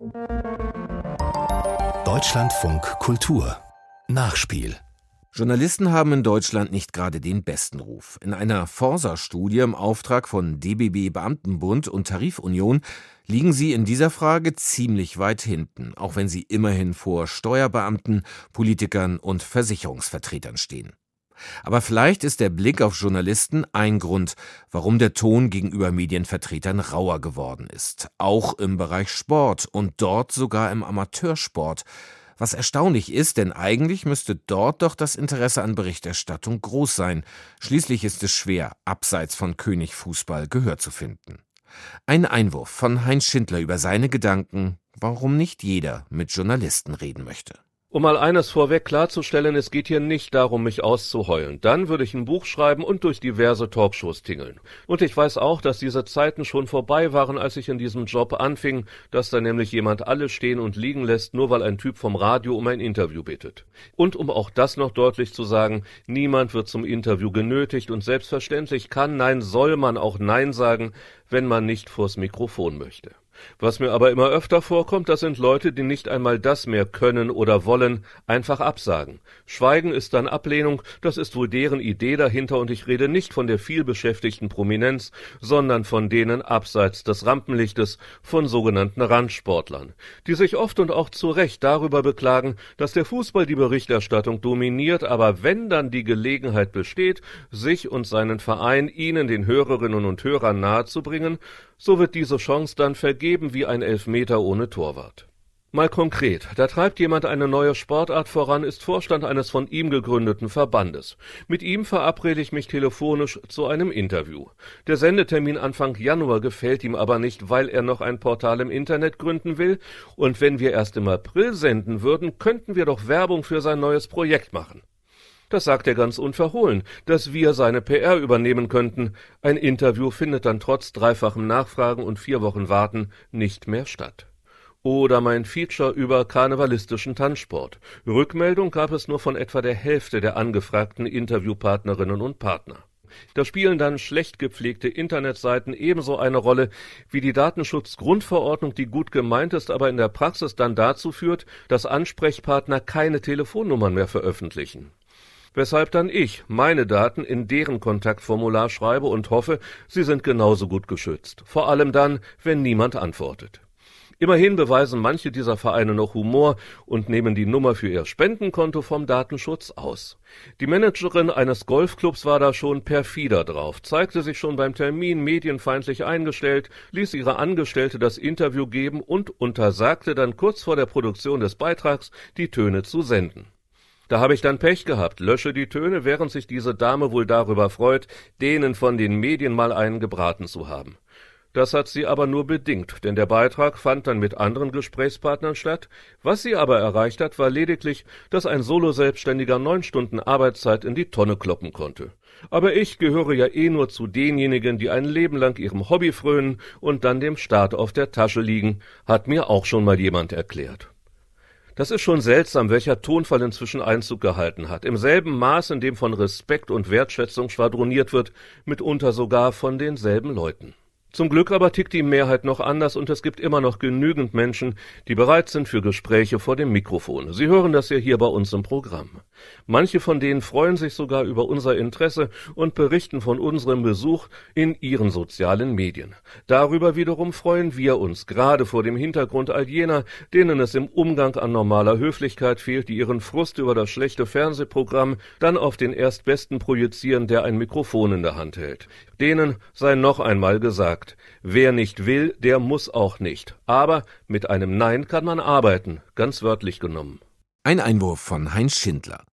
Deutschlandfunk Kultur Nachspiel. Journalisten haben in Deutschland nicht gerade den besten Ruf. In einer Forsa-Studie im Auftrag von DBB Beamtenbund und Tarifunion liegen sie in dieser Frage ziemlich weit hinten, auch wenn sie immerhin vor Steuerbeamten, Politikern und Versicherungsvertretern stehen. Aber vielleicht ist der Blick auf Journalisten ein Grund, warum der Ton gegenüber Medienvertretern rauer geworden ist. Auch im Bereich Sport und dort sogar im Amateursport. Was erstaunlich ist, denn eigentlich müsste dort doch das Interesse an Berichterstattung groß sein. Schließlich ist es schwer, abseits von König Fußball Gehör zu finden. Ein Einwurf von Heinz Schindler über seine Gedanken, warum nicht jeder mit Journalisten reden möchte. Um mal eines vorweg klarzustellen, es geht hier nicht darum, mich auszuheulen. Dann würde ich ein Buch schreiben und durch diverse Talkshows tingeln. Und ich weiß auch, dass diese Zeiten schon vorbei waren, als ich in diesem Job anfing, dass da nämlich jemand alles stehen und liegen lässt, nur weil ein Typ vom Radio um ein Interview bittet. Und um auch das noch deutlich zu sagen, niemand wird zum Interview genötigt und selbstverständlich kann, nein, soll man auch Nein sagen, wenn man nicht vors Mikrofon möchte. Was mir aber immer öfter vorkommt, das sind Leute, die nicht einmal das mehr können oder wollen, einfach absagen. Schweigen ist dann Ablehnung, das ist wohl deren Idee dahinter und ich rede nicht von der vielbeschäftigten Prominenz, sondern von denen abseits des Rampenlichtes, von sogenannten Randsportlern, die sich oft und auch zu Recht darüber beklagen, dass der Fußball die Berichterstattung dominiert, aber wenn dann die Gelegenheit besteht, sich und seinen Verein ihnen, den Hörerinnen und Hörern nahezubringen, so wird diese Chance dann vergeben wie ein Elfmeter ohne Torwart. Mal konkret, da treibt jemand eine neue Sportart voran, ist Vorstand eines von ihm gegründeten Verbandes. Mit ihm verabrede ich mich telefonisch zu einem Interview. Der Sendetermin Anfang Januar gefällt ihm aber nicht, weil er noch ein Portal im Internet gründen will. Und wenn wir erst im April senden würden, könnten wir doch Werbung für sein neues Projekt machen. Das sagt er ganz unverhohlen, dass wir seine PR übernehmen könnten. Ein Interview findet dann trotz dreifachem Nachfragen und 4 Wochen Warten nicht mehr statt. Oder mein Feature über karnevalistischen Tanzsport. Rückmeldung gab es nur von etwa der Hälfte der angefragten Interviewpartnerinnen und Partner. Da spielen dann schlecht gepflegte Internetseiten ebenso eine Rolle wie die Datenschutzgrundverordnung, die gut gemeint ist, aber in der Praxis dann dazu führt, dass Ansprechpartner keine Telefonnummern mehr veröffentlichen. Weshalb dann ich meine Daten in deren Kontaktformular schreibe und hoffe, sie sind genauso gut geschützt. Vor allem dann, wenn niemand antwortet. Immerhin beweisen manche dieser Vereine noch Humor und nehmen die Nummer für ihr Spendenkonto vom Datenschutz aus. Die Managerin eines Golfclubs war da schon perfider drauf, zeigte sich schon beim Termin medienfeindlich eingestellt, ließ ihre Angestellte das Interview geben und untersagte dann kurz vor der Produktion des Beitrags, die Töne zu senden. Da habe ich dann Pech gehabt, lösche die Töne, während sich diese Dame wohl darüber freut, denen von den Medien mal einen gebraten zu haben. Das hat sie aber nur bedingt, denn der Beitrag fand dann mit anderen Gesprächspartnern statt. Was sie aber erreicht hat, war lediglich, dass ein Solo-Selbstständiger 9 Stunden Arbeitszeit in die Tonne kloppen konnte. Aber ich gehöre ja nur zu denjenigen, die ein Leben lang ihrem Hobby frönen und dann dem Staat auf der Tasche liegen, hat mir auch schon mal jemand erklärt. Das ist schon seltsam, welcher Tonfall inzwischen Einzug gehalten hat. Im selben Maß, in dem von Respekt und Wertschätzung schwadroniert wird, mitunter sogar von denselben Leuten. Zum Glück aber tickt die Mehrheit noch anders und es gibt immer noch genügend Menschen, die bereit sind für Gespräche vor dem Mikrofon. Sie hören das ja hier bei uns im Programm. Manche von denen freuen sich sogar über unser Interesse und berichten von unserem Besuch in ihren sozialen Medien. Darüber wiederum freuen wir uns, gerade vor dem Hintergrund all jener, denen es im Umgang an normaler Höflichkeit fehlt, die ihren Frust über das schlechte Fernsehprogramm dann auf den Erstbesten projizieren, der ein Mikrofon in der Hand hält. Denen sei noch einmal gesagt: Wer nicht will, der muss auch nicht. Aber mit einem Nein kann man arbeiten, ganz wörtlich genommen. Ein Einwurf von Heinz Schindler.